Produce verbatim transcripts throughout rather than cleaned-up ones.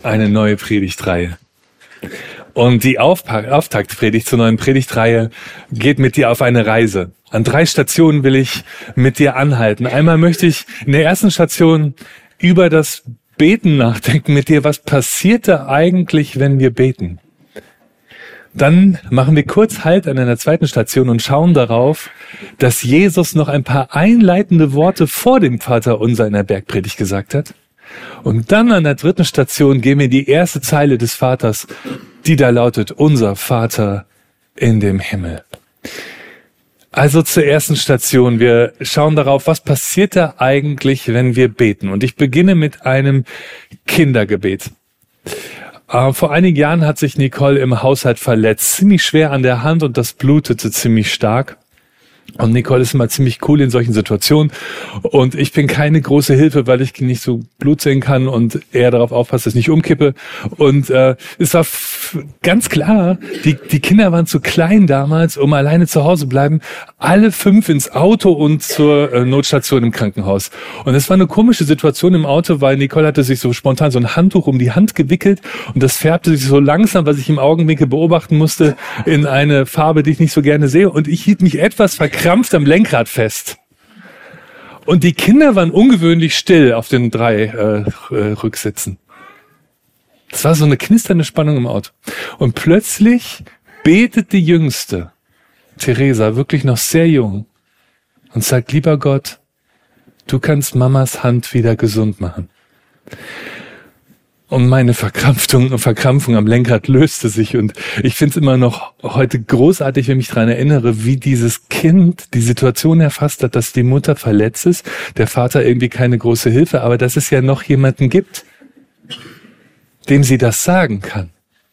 eine neue Predigtreihe. Und die Aufpa- Auftaktpredigt zur neuen Predigtreihe geht mit dir auf eine Reise. An drei Stationen will ich mit dir anhalten. Einmal möchte ich in der ersten Station über das Beten nachdenken mit dir. Was passiert da eigentlich, wenn wir beten? Dann machen wir kurz Halt an einer zweiten Station und schauen darauf, dass Jesus noch ein paar einleitende Worte vor dem Vaterunser in der Bergpredigt gesagt hat. Und dann an der dritten Station gehen wir in die erste Zeile des Vaters, die da lautet: Unser Vater in dem Himmel. Also zur ersten Station. Wir schauen darauf, was passiert da eigentlich, wenn wir beten. Und ich beginne mit einem Kindergebet. Äh, vor einigen Jahren hat sich Nicole im Haushalt verletzt, ziemlich schwer an der Hand, und das blutete ziemlich stark. Und Nicole ist immer ziemlich cool in solchen Situationen. Und ich bin keine große Hilfe, weil ich nicht so Blut sehen kann und eher darauf aufpasst, dass ich nicht umkippe. Und äh, es war f- ganz klar, die, die Kinder waren zu klein damals, um alleine zu Hause bleiben. Alle fünf ins Auto und zur äh, Notstation im Krankenhaus. Und es war eine komische Situation im Auto, weil Nicole hatte sich so spontan so ein Handtuch um die Hand gewickelt. Und das färbte sich so langsam, was ich im Augenwinkel beobachten musste, in eine Farbe, die ich nicht so gerne sehe. Und ich hielt mich etwas verkrampft krampft am Lenkrad fest. Und die Kinder waren ungewöhnlich still auf den drei äh, äh, Rücksitzen. Es war so eine knisternde Spannung im Auto. Und plötzlich betet die Jüngste, Theresa, wirklich noch sehr jung, und sagt: Lieber Gott, du kannst Mamas Hand wieder gesund machen. Und meine Verkrampfung, Verkrampfung am Lenkrad löste sich. Und ich finde es immer noch heute großartig, wenn ich mich daran erinnere, wie dieses Kind die Situation erfasst hat, dass die Mutter verletzt ist, der Vater irgendwie keine große Hilfe, aber dass es ja noch jemanden gibt, dem sie das sagen kann.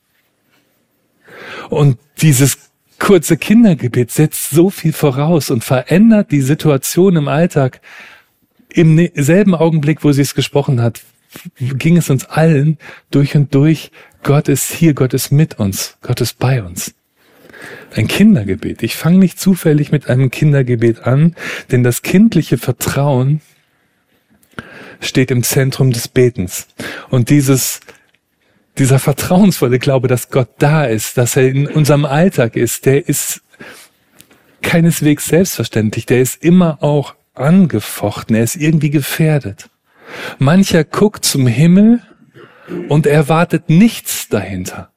Und dieses kurze Kindergebet setzt so viel voraus und verändert die Situation im Alltag. Im selben Augenblick, wo sie es gesprochen hat, ging es uns allen durch und durch: Gott ist hier, Gott ist mit uns, Gott ist bei uns. Ein Kindergebet. Ich fange nicht zufällig mit einem Kindergebet an, denn das kindliche Vertrauen steht im Zentrum des Betens. Und dieses, dieser vertrauensvolle Glaube, dass Gott da ist, dass er in unserem Alltag ist, der ist keineswegs selbstverständlich, der ist immer auch angefochten, er ist irgendwie gefährdet. Mancher guckt zum Himmel und erwartet nichts dahinter.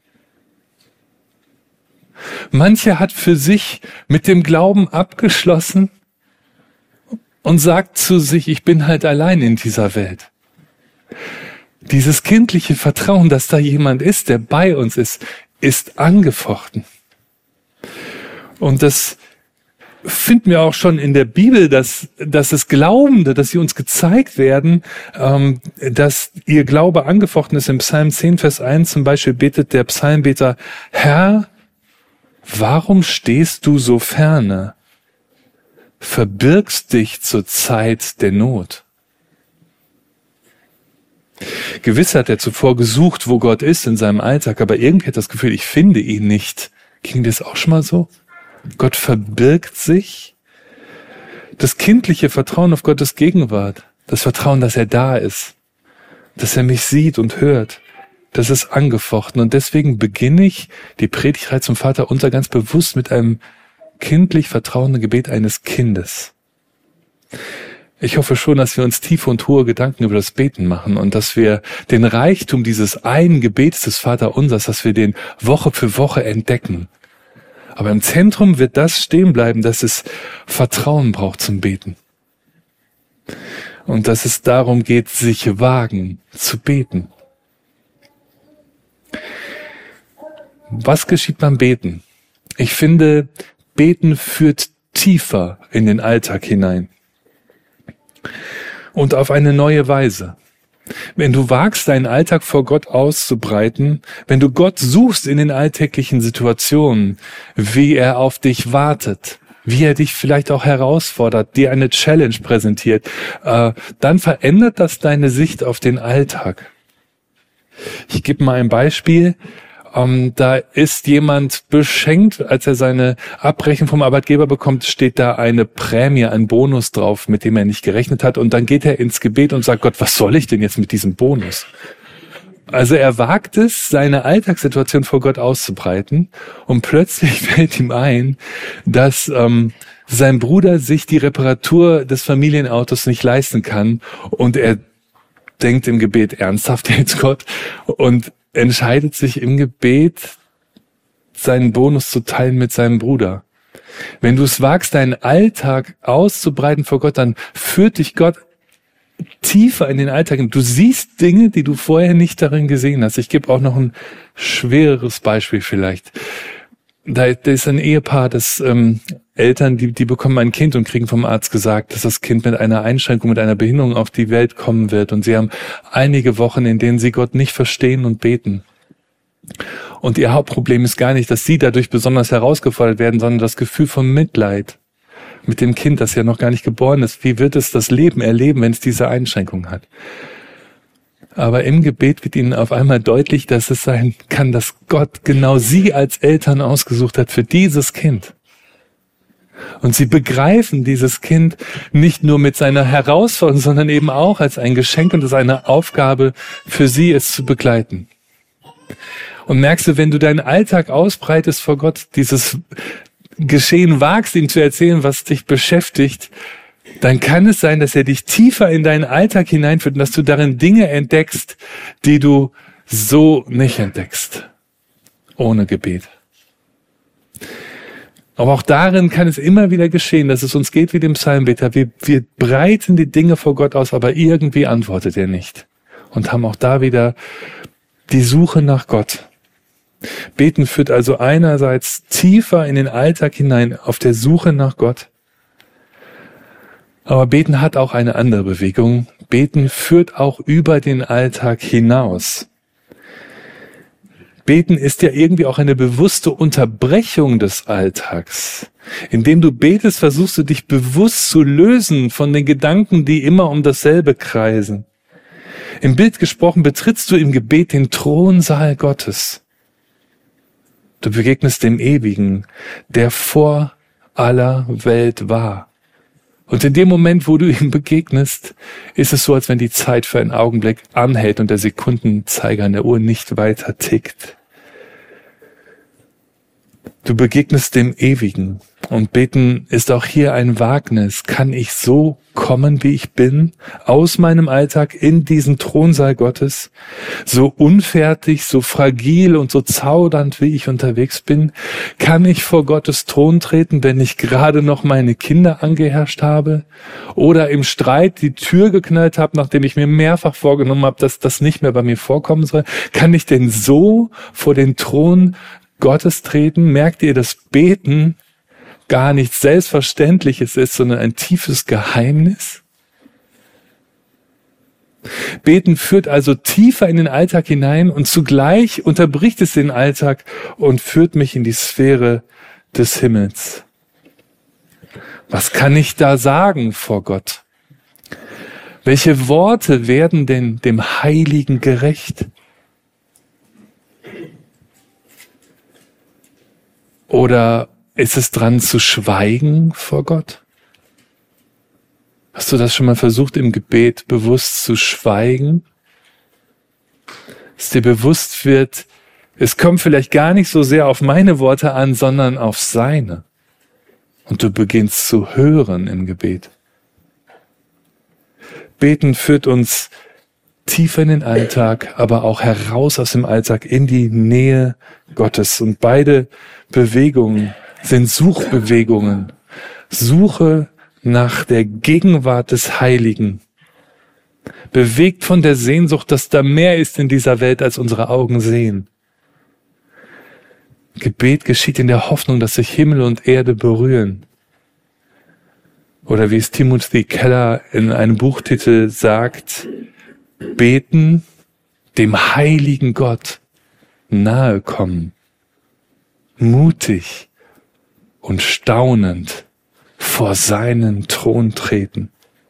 Mancher hat für sich mit dem Glauben abgeschlossen und sagt zu sich: Ich bin halt allein in dieser Welt. Dieses kindliche Vertrauen, dass da jemand ist, der bei uns ist, ist angefochten. Und das finden wir auch schon in der Bibel, dass, dass es Glaubende, dass sie uns gezeigt werden, ähm, dass ihr Glaube angefochten ist. Im Psalm zehn, Vers eins zum Beispiel betet der Psalmbeter: Herr, warum stehst du so ferne? Verbirgst dich zur Zeit der Not. Gewiss hat er zuvor gesucht, wo Gott ist in seinem Alltag, aber irgendwie hat das Gefühl, ich finde ihn nicht. Ging das auch schon mal so? Gott verbirgt sich. Das kindliche Vertrauen auf Gottes Gegenwart, das Vertrauen, dass er da ist, dass er mich sieht und hört, das ist angefochten. Und deswegen beginne ich die Predigtreihe zum Vaterunser ganz bewusst mit einem kindlich vertrauenden Gebet eines Kindes. Ich hoffe schon, dass wir uns tiefe und hohe Gedanken über das Beten machen und dass wir den Reichtum dieses einen Gebets des Vaterunsers, dass wir den Woche für Woche entdecken. Aber im Zentrum wird das stehen bleiben, dass es Vertrauen braucht zum Beten. Und dass es darum geht, sich wagen zu beten. Was geschieht beim Beten? Ich finde, Beten führt tiefer in den Alltag hinein. Und auf eine neue Weise. Wenn du wagst, deinen Alltag vor Gott auszubreiten, wenn du Gott suchst in den alltäglichen Situationen, wie er auf dich wartet, wie er dich vielleicht auch herausfordert, dir eine Challenge präsentiert, äh, dann verändert das deine Sicht auf den Alltag. Ich gebe mal ein Beispiel. Ähm, da ist jemand beschenkt, als er seine Abrechnung vom Arbeitgeber bekommt, steht da eine Prämie, ein Bonus drauf, mit dem er nicht gerechnet hat. Und dann geht er ins Gebet und sagt: Gott, was soll ich denn jetzt mit diesem Bonus? Also er wagt es, seine Alltagssituation vor Gott auszubreiten und plötzlich fällt ihm ein, dass ähm, sein Bruder sich die Reparatur des Familienautos nicht leisten kann und er denkt im Gebet ernsthaft jetzt Gott und entscheidet sich im Gebet, seinen Bonus zu teilen mit seinem Bruder. Wenn du es wagst, deinen Alltag auszubreiten vor Gott, dann führt dich Gott tiefer in den Alltag. Du siehst Dinge, die du vorher nicht darin gesehen hast. Ich gebe auch noch ein schwereres Beispiel vielleicht. Da, da ist ein Ehepaar, das ähm, Eltern, die, die bekommen ein Kind und kriegen vom Arzt gesagt, dass das Kind mit einer Einschränkung, mit einer Behinderung auf die Welt kommen wird. Und sie haben einige Wochen, in denen sie Gott nicht verstehen und beten. Und ihr Hauptproblem ist gar nicht, dass sie dadurch besonders herausgefordert werden, sondern das Gefühl von Mitleid mit dem Kind, das ja noch gar nicht geboren ist. Wie wird es das Leben erleben, wenn es diese Einschränkung hat? Aber im Gebet wird ihnen auf einmal deutlich, dass es sein kann, dass Gott genau sie als Eltern ausgesucht hat für dieses Kind. Und sie begreifen dieses Kind nicht nur mit seiner Herausforderung, sondern eben auch als ein Geschenk und als eine Aufgabe für sie, es zu begleiten. Und merkst du, wenn du deinen Alltag ausbreitest vor Gott, dieses Geschehen wagst, ihm zu erzählen, was dich beschäftigt, dann kann es sein, dass er dich tiefer in deinen Alltag hineinführt und dass du darin Dinge entdeckst, die du so nicht entdeckst, ohne Gebet. Aber auch darin kann es immer wieder geschehen, dass es uns geht wie dem Psalmbeter. Wir, wir breiten die Dinge vor Gott aus, aber irgendwie antwortet er nicht. Und haben auch da wieder die Suche nach Gott. Beten führt also einerseits tiefer in den Alltag hinein, auf der Suche nach Gott. Aber Beten hat auch eine andere Bewegung. Beten führt auch über den Alltag hinaus. Beten ist ja irgendwie auch eine bewusste Unterbrechung des Alltags. Indem du betest, versuchst du dich bewusst zu lösen von den Gedanken, die immer um dasselbe kreisen. Im Bild gesprochen betrittst du im Gebet den Thronsaal Gottes. Du begegnest dem Ewigen, der vor aller Welt war. Und in dem Moment, wo du ihm begegnest, ist es so, als wenn die Zeit für einen Augenblick anhält und der Sekundenzeiger an der Uhr nicht weiter tickt. Du begegnest dem Ewigen. Und Beten ist auch hier ein Wagnis. Kann ich so kommen, wie ich bin, aus meinem Alltag in diesen Thronsaal Gottes, so unfertig, so fragil und so zaudernd, wie ich unterwegs bin? Kann ich vor Gottes Thron treten, wenn ich gerade noch meine Kinder angeherrscht habe oder im Streit die Tür geknallt habe, nachdem ich mir mehrfach vorgenommen habe, dass das nicht mehr bei mir vorkommen soll? Kann ich denn so vor den Thron Gottes treten? Merkt ihr, dass Beten gar nichts Selbstverständliches ist, sondern ein tiefes Geheimnis? Beten führt also tiefer in den Alltag hinein und zugleich unterbricht es den Alltag und führt mich in die Sphäre des Himmels. Was kann ich da sagen vor Gott? Welche Worte werden denn dem Heiligen gerecht? Oder ist es dran zu schweigen vor Gott? Hast du das schon mal versucht, im Gebet bewusst zu schweigen? Dass dir bewusst wird, es kommt vielleicht gar nicht so sehr auf meine Worte an, sondern auf seine. Und du beginnst zu hören im Gebet. Beten führt uns tiefer in den Alltag, aber auch heraus aus dem Alltag in die Nähe Gottes. Und beide Bewegungen sind Suchbewegungen. Suche nach der Gegenwart des Heiligen. Bewegt von der Sehnsucht, dass da mehr ist in dieser Welt, als unsere Augen sehen. Gebet geschieht in der Hoffnung, dass sich Himmel und Erde berühren. Oder wie es Timothy Keller in einem Buchtitel sagt, beten, dem heiligen Gott nahe kommen, mutig und staunend vor seinen Thron treten.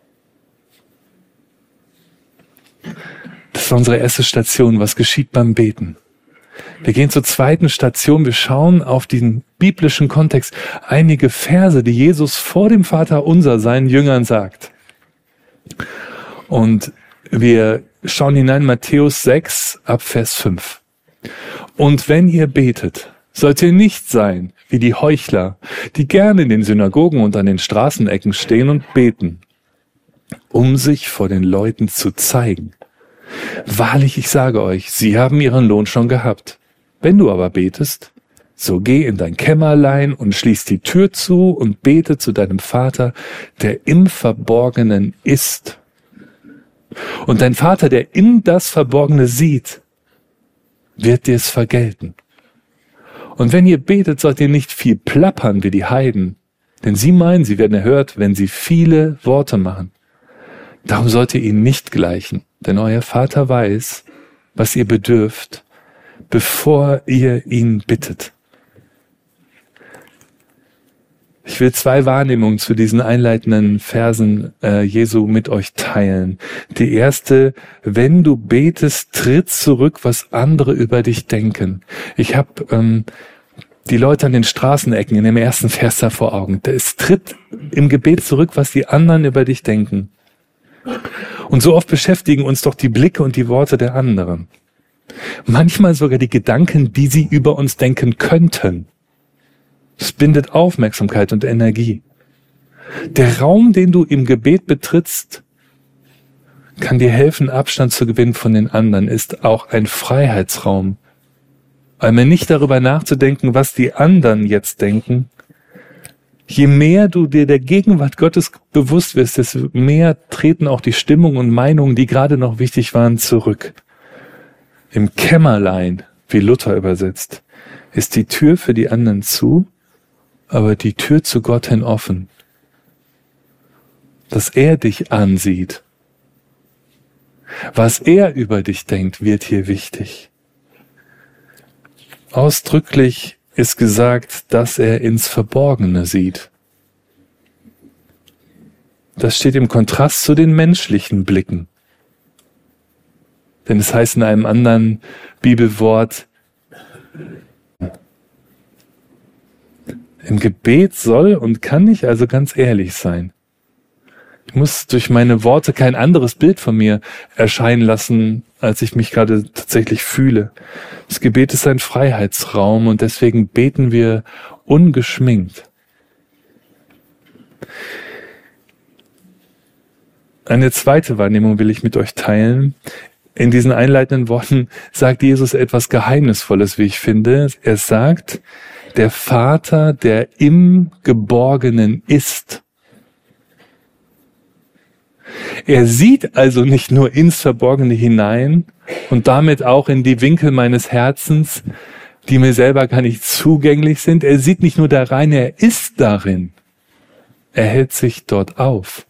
Das ist unsere erste Station. Was geschieht beim Beten? Wir gehen zur zweiten Station. Wir schauen auf den biblischen Kontext. Einige Verse, die Jesus vor dem Vaterunser seinen Jüngern sagt. Und wir schauen hinein, Matthäus sechs, ab Vers fünf. Und wenn ihr betet, sollt ihr nicht sein wie die Heuchler, die gerne in den Synagogen und an den Straßenecken stehen und beten, um sich vor den Leuten zu zeigen. Wahrlich, ich sage euch, sie haben ihren Lohn schon gehabt. Wenn du aber betest, so geh in dein Kämmerlein und schließ die Tür zu und bete zu deinem Vater, der im Verborgenen ist. Und dein Vater, der in das Verborgene sieht, wird dir es vergelten. Und wenn ihr betet, sollt ihr nicht viel plappern wie die Heiden, denn sie meinen, sie werden erhört, wenn sie viele Worte machen. Darum sollt ihr ihnen nicht gleichen, denn euer Vater weiß, was ihr bedürft, bevor ihr ihn bittet. Ich will zwei Wahrnehmungen zu diesen einleitenden Versen äh, Jesu mit euch teilen. Die erste: Wenn du betest, tritt zurück, was andere über dich denken. Ich habe ähm, die Leute an den Straßenecken in dem ersten Vers da vor Augen. Es tritt im Gebet zurück, was die anderen über dich denken. Und so oft beschäftigen uns doch die Blicke und die Worte der anderen. Manchmal sogar die Gedanken, die sie über uns denken könnten. Es bindet Aufmerksamkeit und Energie. Der Raum, den du im Gebet betrittst, kann dir helfen, Abstand zu gewinnen von den anderen, ist auch ein Freiheitsraum. Einmal nicht darüber nachzudenken, was die anderen jetzt denken. Je mehr du dir der Gegenwart Gottes bewusst wirst, desto mehr treten auch die Stimmungen und Meinungen, die gerade noch wichtig waren, zurück. Im Kämmerlein, wie Luther übersetzt, ist die Tür für die anderen zu, aber die Tür zu Gott hin offen. Dass er dich ansieht. Was er über dich denkt, wird hier wichtig. Ausdrücklich ist gesagt, dass er ins Verborgene sieht. Das steht im Kontrast zu den menschlichen Blicken. Denn es heißt in einem anderen Bibelwort, im Gebet soll und kann ich also ganz ehrlich sein. Ich muss durch meine Worte kein anderes Bild von mir erscheinen lassen, als ich mich gerade tatsächlich fühle. Das Gebet ist ein Freiheitsraum und deswegen beten wir ungeschminkt. Eine zweite Wahrnehmung will ich mit euch teilen. In diesen einleitenden Worten sagt Jesus etwas Geheimnisvolles, wie ich finde. Er sagt, der Vater, der im Geborgenen ist. Er sieht also nicht nur ins Verborgene hinein und damit auch in die Winkel meines Herzens, die mir selber gar nicht zugänglich sind. Er sieht nicht nur da rein, er ist darin. Er hält sich dort auf.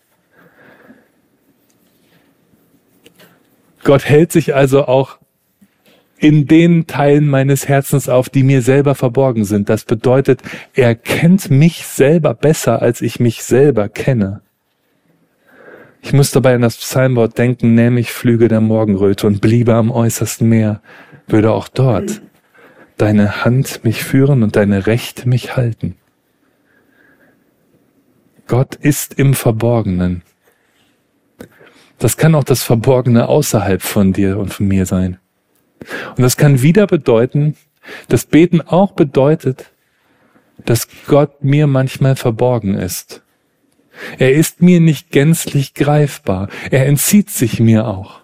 Gott hält sich also auch in den Teilen meines Herzens auf, die mir selber verborgen sind. Das bedeutet, er kennt mich selber besser, als ich mich selber kenne. Ich muss dabei an das Psalmwort denken, nähm ich Flüge der Morgenröte und bliebe am äußersten Meer, würde auch dort deine Hand mich führen und deine Rechte mich halten. Gott ist im Verborgenen. Das kann auch das Verborgene außerhalb von dir und von mir sein. Und das kann wieder bedeuten, dass Beten auch bedeutet, dass Gott mir manchmal verborgen ist. Er ist mir nicht gänzlich greifbar. Er entzieht sich mir auch.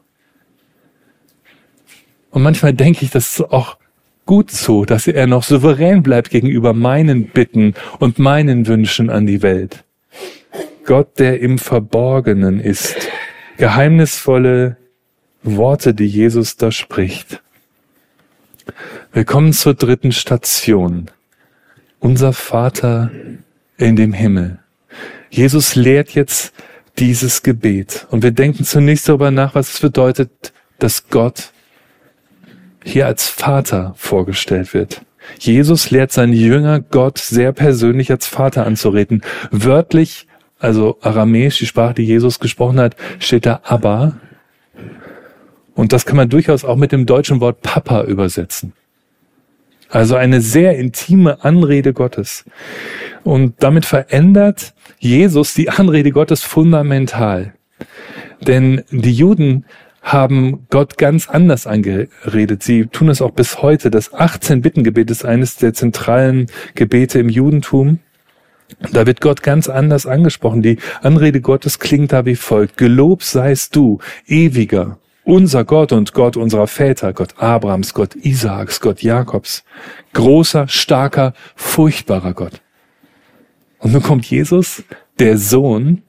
Und manchmal denke ich, das ist auch gut so, dass er noch souverän bleibt gegenüber meinen Bitten und meinen Wünschen an die Welt. Gott, der im Verborgenen ist. Geheimnisvolle Worte, die Jesus da spricht. Wir kommen zur dritten Station. Unser Vater in dem Himmel. Jesus lehrt jetzt dieses Gebet. Und wir denken zunächst darüber nach, was es bedeutet, dass Gott hier als Vater vorgestellt wird. Jesus lehrt seine Jünger, Gott sehr persönlich als Vater anzureden. Wörtlich, also aramäisch, die Sprache, die Jesus gesprochen hat, steht da Abba. Und das kann man durchaus auch mit dem deutschen Wort Papa übersetzen. Also eine sehr intime Anrede Gottes. Und damit verändert Jesus die Anrede Gottes fundamental. Denn die Juden haben Gott ganz anders angeredet. Sie tun es auch bis heute. Das achtzehn-Bitten-Gebet ist eines der zentralen Gebete im Judentum. Da wird Gott ganz anders angesprochen. Die Anrede Gottes klingt da wie folgt: Gelobt seist du, ewiger, unser Gott und Gott unserer Väter, Gott Abrahams, Gott Isaaks, Gott Jakobs, großer, starker, furchtbarer Gott. Und nun kommt Jesus, der Sohn,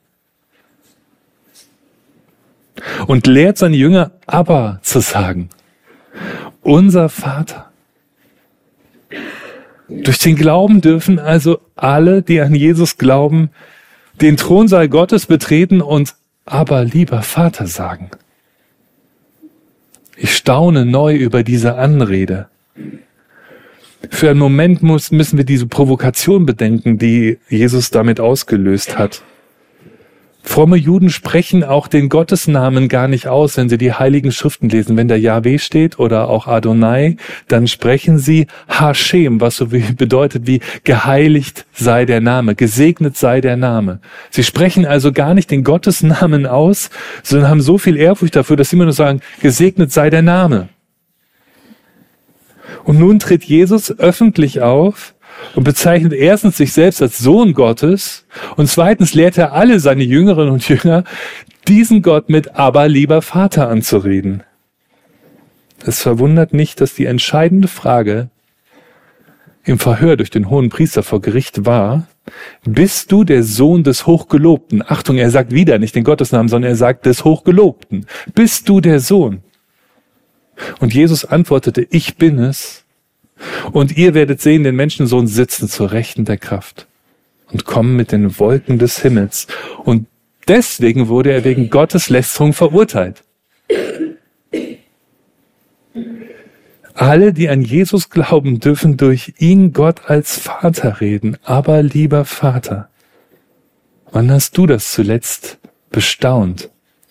und lehrt seine Jünger, Abba zu sagen. Unser Vater. Durch den Glauben dürfen also alle, die an Jesus glauben, den Thronsaal Gottes betreten und Abba, lieber Vater sagen. Ich staune neu über diese Anrede. Für einen Moment muss, müssen wir diese Provokation bedenken, die Jesus damit ausgelöst hat. Fromme Juden sprechen auch den Gottesnamen gar nicht aus, wenn sie die Heiligen Schriften lesen. Wenn da Jahwe steht oder auch Adonai, dann sprechen sie Hashem, was so wie, bedeutet wie geheiligt sei der Name, gesegnet sei der Name. Sie sprechen also gar nicht den Gottesnamen aus, sondern haben so viel Ehrfurcht dafür, dass sie immer nur sagen, gesegnet sei der Name. Und nun tritt Jesus öffentlich auf und bezeichnet erstens sich selbst als Sohn Gottes und zweitens lehrt er alle seine Jüngerinnen und Jünger, diesen Gott mit Abba, lieber Vater anzureden. Es verwundert nicht, dass die entscheidende Frage im Verhör durch den hohen Priester vor Gericht war: Bist du der Sohn des Hochgelobten? Achtung, er sagt wieder nicht den Gottesnamen, sondern er sagt des Hochgelobten. Bist du der Sohn? Und Jesus antwortete: Ich bin es. Und ihr werdet sehen den Menschensohn sitzen zur Rechten der Kraft und kommen mit den Wolken des Himmels. Und deswegen wurde er wegen Gotteslästerung verurteilt. Alle, die an Jesus glauben, dürfen durch ihn Gott als Vater reden. Aber lieber Vater, wann hast du das zuletzt bestaunt?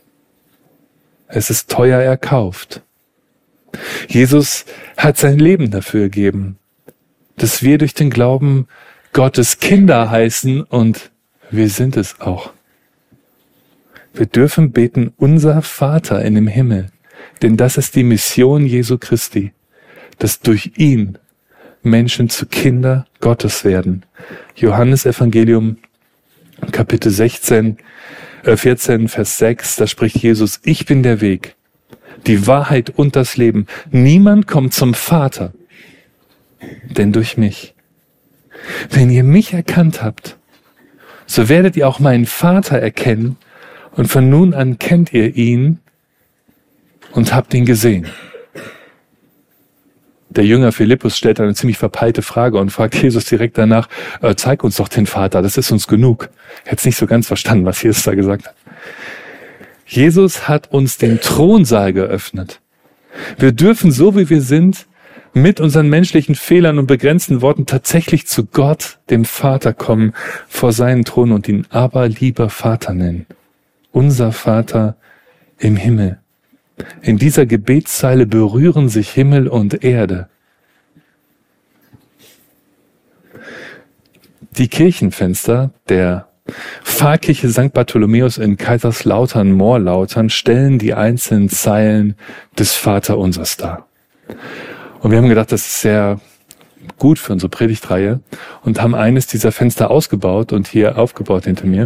Es ist teuer erkauft. Jesus hat sein Leben dafür gegeben, dass wir durch den Glauben Gottes Kinder heißen, und wir sind es auch. Wir dürfen beten, unser Vater in dem Himmel, denn das ist die Mission Jesu Christi, dass durch ihn Menschen zu Kinder Gottes werden. Johannes Evangelium, Kapitel sechzehn, äh vierzehn, Vers sechs, da spricht Jesus: Ich bin der Weg, die Wahrheit und das Leben. Niemand kommt zum Vater, denn durch mich. Wenn ihr mich erkannt habt, so werdet ihr auch meinen Vater erkennen, und von nun an kennt ihr ihn und habt ihn gesehen. Der Jünger Philippus stellt eine ziemlich verpeilte Frage und fragt Jesus direkt danach: äh, Zeig uns doch den Vater, das ist uns genug. Er hat es nicht so ganz verstanden, was Jesus da gesagt hat. Jesus hat uns den Thronsaal geöffnet. Wir dürfen, so wie wir sind, mit unseren menschlichen Fehlern und begrenzten Worten tatsächlich zu Gott, dem Vater, kommen, vor seinen Thron und ihn aber lieber Vater nennen. Unser Vater im Himmel. In dieser Gebetszeile berühren sich Himmel und Erde. Die Kirchenfenster der Pfarrkirche Sankt Bartholomäus in Kaiserslautern-Moorlautern stellen die einzelnen Zeilen des Vaterunsers dar. Und wir haben gedacht, das ist sehr gut für unsere Predigtreihe und haben eines dieser Fenster ausgebaut und hier aufgebaut hinter mir.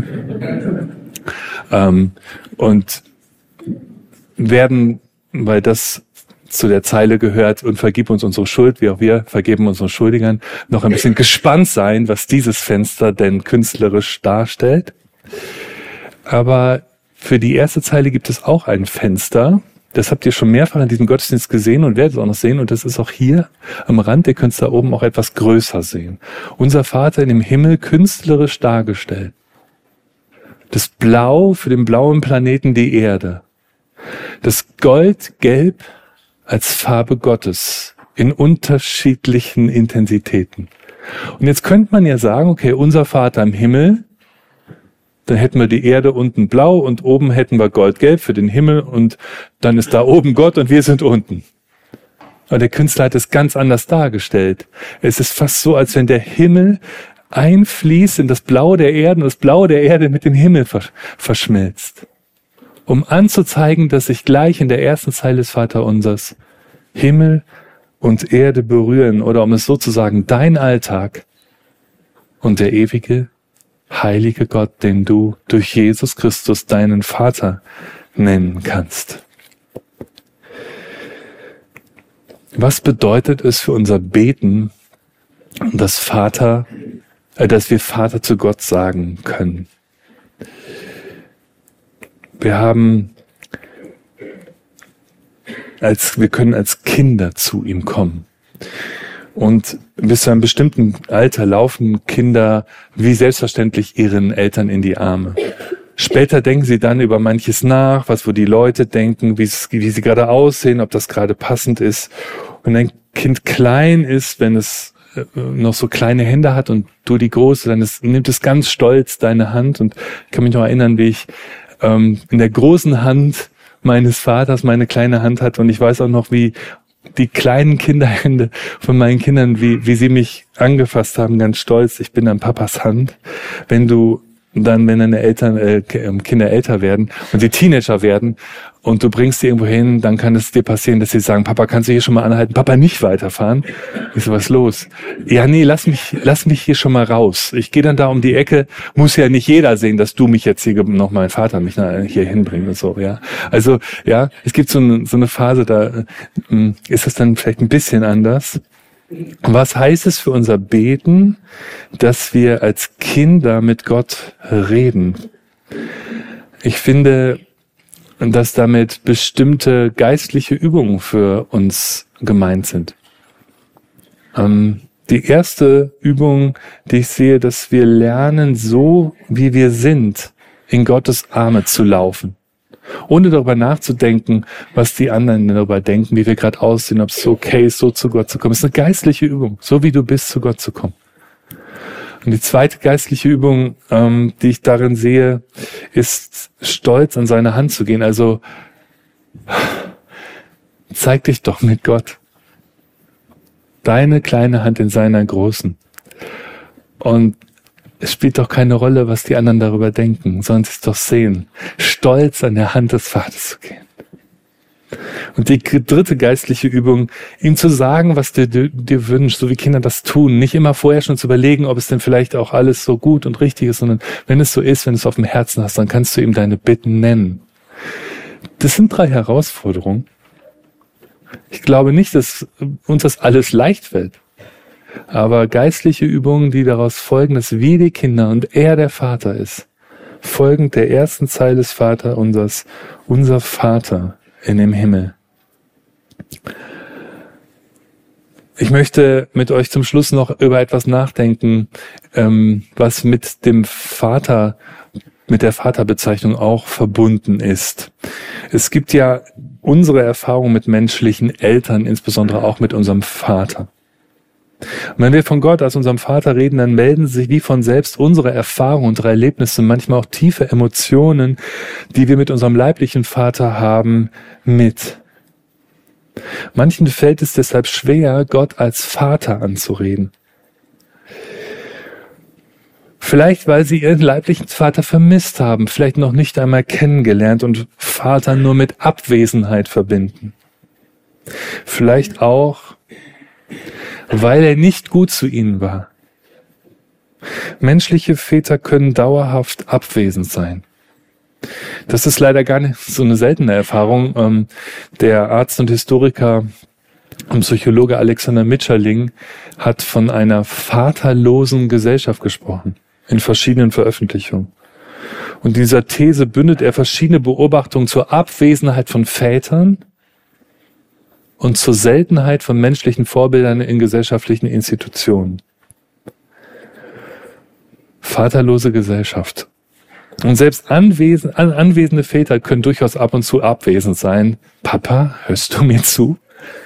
Ähm, und werden, weil das zu der Zeile gehört, und vergib uns unsere Schuld, wie auch wir vergeben unseren Schuldigern, noch ein bisschen gespannt sein, was dieses Fenster denn künstlerisch darstellt. Aber für die erste Zeile gibt es auch ein Fenster. Das habt ihr schon mehrfach in diesem Gottesdienst gesehen und werdet es auch noch sehen. Und das ist auch hier am Rand. Ihr könnt es da oben auch etwas größer sehen. Unser Vater in dem Himmel künstlerisch dargestellt. Das Blau für den blauen Planeten die Erde. Das Gold-Gelb als Farbe Gottes in unterschiedlichen Intensitäten. Und jetzt könnte man ja sagen, okay, unser Vater im Himmel, dann hätten wir die Erde unten blau und oben hätten wir goldgelb für den Himmel und dann ist da oben Gott und wir sind unten. Aber der Künstler hat es ganz anders dargestellt. Es ist fast so, als wenn der Himmel einfließt in das Blau der Erde und das Blau der Erde mit dem Himmel versch- verschmilzt. um anzuzeigen, dass sich gleich in der ersten Zeile des Vaterunsers Himmel und Erde berühren, oder um es so zu sagen, dein Alltag und der ewige, heilige Gott, den du durch Jesus Christus deinen Vater nennen kannst. Was bedeutet es für unser Beten, dass Vater, äh, dass wir Vater zu Gott sagen können? Wir haben als, wir können als Kinder zu ihm kommen. Und bis zu einem bestimmten Alter laufen Kinder wie selbstverständlich ihren Eltern in die Arme. Später denken sie dann über manches nach, was wo die Leute denken, wie, es, wie sie gerade aussehen, ob das gerade passend ist. Und ein Kind klein ist, wenn es noch so kleine Hände hat und du die große, dann ist, nimmt es ganz stolz deine Hand. Und ich kann mich noch erinnern, wie ich ähm, in der großen Hand meines Vaters meine kleine Hand hatte. Und ich weiß auch noch, wie die kleinen Kinderhände von meinen Kindern, wie, wie sie mich angefasst haben, ganz stolz. Ich bin an Papas Hand. Wenn du dann, wenn deine Eltern, äh, Kinder älter werden und sie Teenager werden und du bringst sie irgendwo hin, dann kann es dir passieren, dass sie sagen, Papa, kannst du hier schon mal anhalten? Papa, nicht weiterfahren. Ich so, was los? Ja, nee, lass mich, lass mich hier schon mal raus. Ich gehe dann da um die Ecke, muss ja nicht jeder sehen, dass du mich jetzt hier, noch mein Vater mich hier hinbringt und so, ja. Also, ja, es gibt so eine, so eine Phase, da äh, ist es dann vielleicht ein bisschen anders. Was heißt es für unser Beten, dass wir als Kinder mit Gott reden? Ich finde, dass damit bestimmte geistliche Übungen für uns gemeint sind. Ähm, die erste Übung, die ich sehe, dass wir lernen, so wie wir sind, in Gottes Arme zu laufen. Ohne darüber nachzudenken, was die anderen darüber denken, wie wir gerade aussehen, ob es okay ist, so zu Gott zu kommen. Es ist eine geistliche Übung, so wie du bist, zu Gott zu kommen. Und die zweite geistliche Übung, ähm, die ich darin sehe, ist stolz an seine Hand zu gehen. Also zeig dich doch mit Gott. Deine kleine Hand in seiner großen. Und es spielt doch keine Rolle, was die anderen darüber denken, sondern es doch sehen. Stolz an der Hand des Vaters zu gehen. Und die dritte geistliche Übung, ihm zu sagen, was du dir wünschst, so wie Kinder das tun. Nicht immer vorher schon zu überlegen, ob es denn vielleicht auch alles so gut und richtig ist, sondern wenn es so ist, wenn du es auf dem Herzen hast, dann kannst du ihm deine Bitten nennen. Das sind drei Herausforderungen. Ich glaube nicht, dass uns das alles leicht fällt. Aber geistliche Übungen, die daraus folgen, dass wir die Kinder und er der Vater ist, folgend der ersten Zeile des Vaterunsers, unser Vater in dem Himmel. Ich möchte mit euch zum Schluss noch über etwas nachdenken, ähm, was mit dem Vater, mit der Vaterbezeichnung auch verbunden ist. Es gibt ja unsere Erfahrung mit menschlichen Eltern, insbesondere auch mit unserem Vater. Und wenn wir von Gott als unserem Vater reden, dann melden sich wie von selbst unsere Erfahrungen, unsere Erlebnisse, manchmal auch tiefe Emotionen, die wir mit unserem leiblichen Vater haben, mit. Manchen fällt es deshalb schwer, Gott als Vater anzureden. Vielleicht, weil sie ihren leiblichen Vater vermisst haben, vielleicht noch nicht einmal kennengelernt und Vater nur mit Abwesenheit verbinden. Vielleicht auch, weil er nicht gut zu ihnen war. Menschliche Väter können dauerhaft abwesend sein. Das ist leider gar nicht so eine seltene Erfahrung. Der Arzt und Historiker und Psychologe Alexander Mitscherling hat von einer vaterlosen Gesellschaft gesprochen, in verschiedenen Veröffentlichungen. Und in dieser These bündet er verschiedene Beobachtungen zur Abwesenheit von Vätern und zur Seltenheit von menschlichen Vorbildern in gesellschaftlichen Institutionen. Vaterlose Gesellschaft. Und selbst anwesend, an, anwesende Väter können durchaus ab und zu abwesend sein. Papa, hörst du mir zu?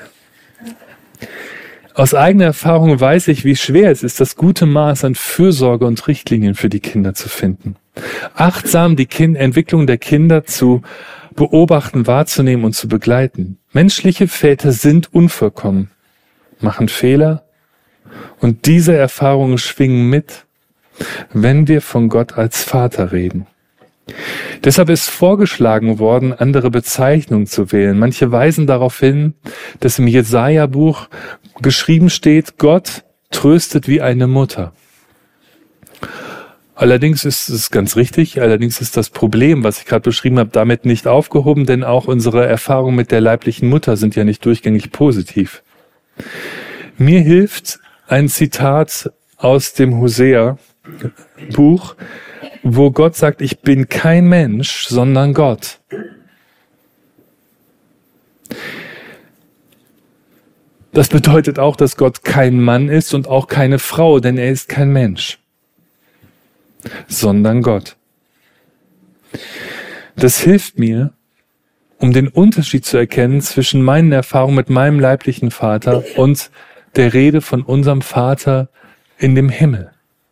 Aus eigener Erfahrung weiß ich, wie schwer es ist, das gute Maß an Fürsorge und Richtlinien für die Kinder zu finden. Achtsam die kind- Entwicklung der Kinder zu beobachten, wahrzunehmen und zu begleiten. Menschliche Väter sind unvollkommen, machen Fehler und diese Erfahrungen schwingen mit, wenn wir von Gott als Vater reden. Deshalb ist vorgeschlagen worden, andere Bezeichnungen zu wählen. Manche weisen darauf hin, dass im Jesaja-Buch geschrieben steht, Gott tröstet wie eine Mutter. Allerdings ist es ganz richtig, allerdings ist das Problem, was ich gerade beschrieben habe, damit nicht aufgehoben, denn auch unsere Erfahrungen mit der leiblichen Mutter sind ja nicht durchgängig positiv. Mir hilft ein Zitat aus dem Hosea-Buch, wo Gott sagt, ich bin kein Mensch, sondern Gott. Das bedeutet auch, dass Gott kein Mann ist und auch keine Frau, denn er ist kein Mensch, sondern Gott. Das hilft mir, um den Unterschied zu erkennen zwischen meinen Erfahrungen mit meinem leiblichen Vater und der Rede von unserem Vater in dem Himmel.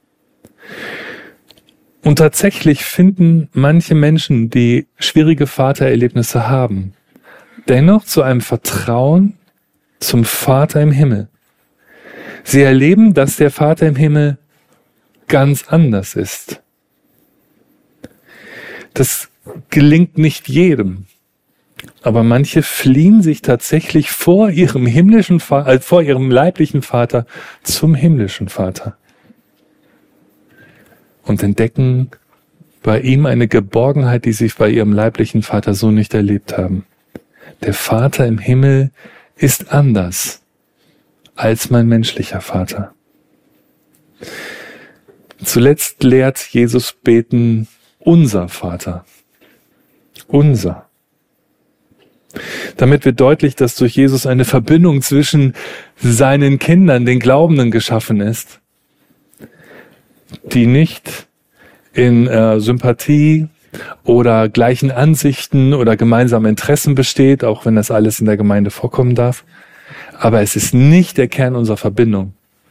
Und tatsächlich finden manche Menschen, die schwierige Vatererlebnisse haben, dennoch zu einem Vertrauen zum Vater im Himmel. Sie erleben, dass der Vater im Himmel ganz anders ist. Das gelingt nicht jedem, aber manche fliehen sich tatsächlich vor ihrem himmlischen Vater, äh, vor ihrem leiblichen Vater zum himmlischen Vater und entdecken bei ihm eine Geborgenheit, die sie bei ihrem leiblichen Vater so nicht erlebt haben. Der Vater im Himmel ist anders als mein menschlicher Vater. Zuletzt lehrt Jesus beten, unser Vater. Unser. Damit wird deutlich, dass durch Jesus eine Verbindung zwischen seinen Kindern, den Glaubenden, geschaffen ist, die nicht in äh, Sympathie oder gleichen Ansichten oder gemeinsamen Interessen besteht, auch wenn das alles in der Gemeinde vorkommen darf. Aber es ist nicht der Kern unserer Verbindung.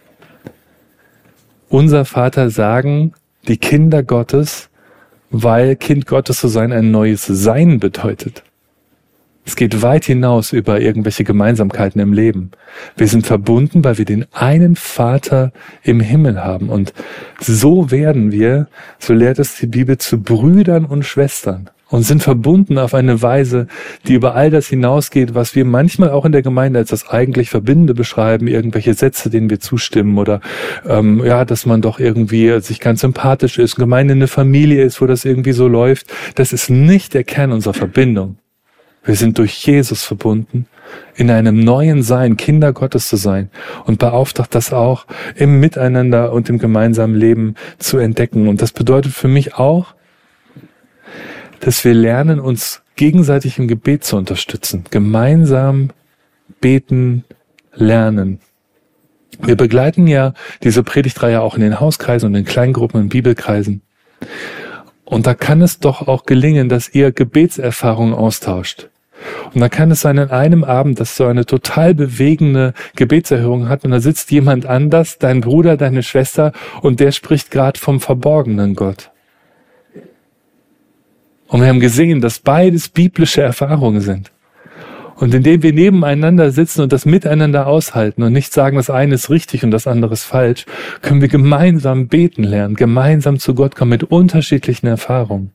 Unser Vater sagen die Kinder Gottes, weil Kind Gottes zu sein ein neues Sein bedeutet. Es geht weit hinaus über irgendwelche Gemeinsamkeiten im Leben. Wir sind verbunden, weil wir den einen Vater im Himmel haben. Und so werden wir, so lehrt es die Bibel, zu Brüdern und Schwestern und sind verbunden auf eine Weise, die über all das hinausgeht, was wir manchmal auch in der Gemeinde als das eigentlich Verbindende beschreiben, irgendwelche Sätze, denen wir zustimmen oder ähm, ja, dass man doch irgendwie sich ganz sympathisch ist, Gemeinde eine Familie ist, wo das irgendwie so läuft. Das ist nicht der Kern unserer Verbindung. Wir sind durch Jesus verbunden, in einem neuen Sein, Kinder Gottes zu sein und beauftragt, das auch im Miteinander und im gemeinsamen Leben zu entdecken. Und das bedeutet für mich auch, dass wir lernen, uns gegenseitig im Gebet zu unterstützen, gemeinsam beten, lernen. Wir begleiten ja diese Predigtreihe auch in den Hauskreisen und in Kleingruppen, in Bibelkreisen. Und da kann es doch auch gelingen, dass ihr Gebetserfahrungen austauscht. Und da kann es sein an einem Abend, dass so eine total bewegende Gebetserhörung hat und da sitzt jemand anders, dein Bruder, deine Schwester, und der spricht gerade vom verborgenen Gott. Und wir haben gesehen, dass beides biblische Erfahrungen sind. Und indem wir nebeneinander sitzen und das miteinander aushalten und nicht sagen, das eine ist richtig und das andere ist falsch, können wir gemeinsam beten lernen, gemeinsam zu Gott kommen mit unterschiedlichen Erfahrungen.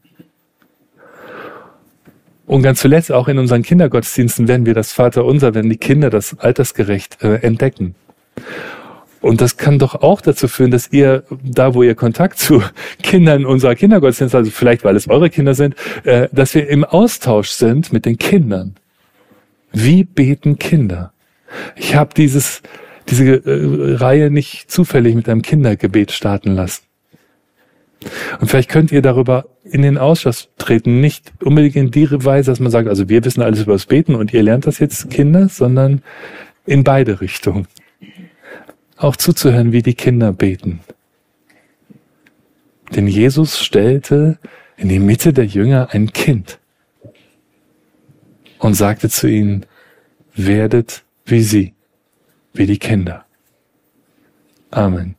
Und ganz zuletzt auch in unseren Kindergottesdiensten werden wir das Vaterunser, werden die Kinder das altersgerecht äh, entdecken. Und das kann doch auch dazu führen, dass ihr, da wo ihr Kontakt zu Kindern unserer Kindergottesdienste, also vielleicht weil es eure Kinder sind, äh, dass wir im Austausch sind mit den Kindern. Wie beten Kinder? Ich habe dieses diese äh, Reihe nicht zufällig mit einem Kindergebet starten lassen. Und vielleicht könnt ihr darüber in den Ausschuss treten, nicht unbedingt in die Weise, dass man sagt, also wir wissen alles über das Beten und ihr lernt das jetzt, Kinder, sondern in beide Richtungen. Auch zuzuhören, wie die Kinder beten. Denn Jesus stellte in die Mitte der Jünger ein Kind und sagte zu ihnen, werdet wie sie, wie die Kinder. Amen.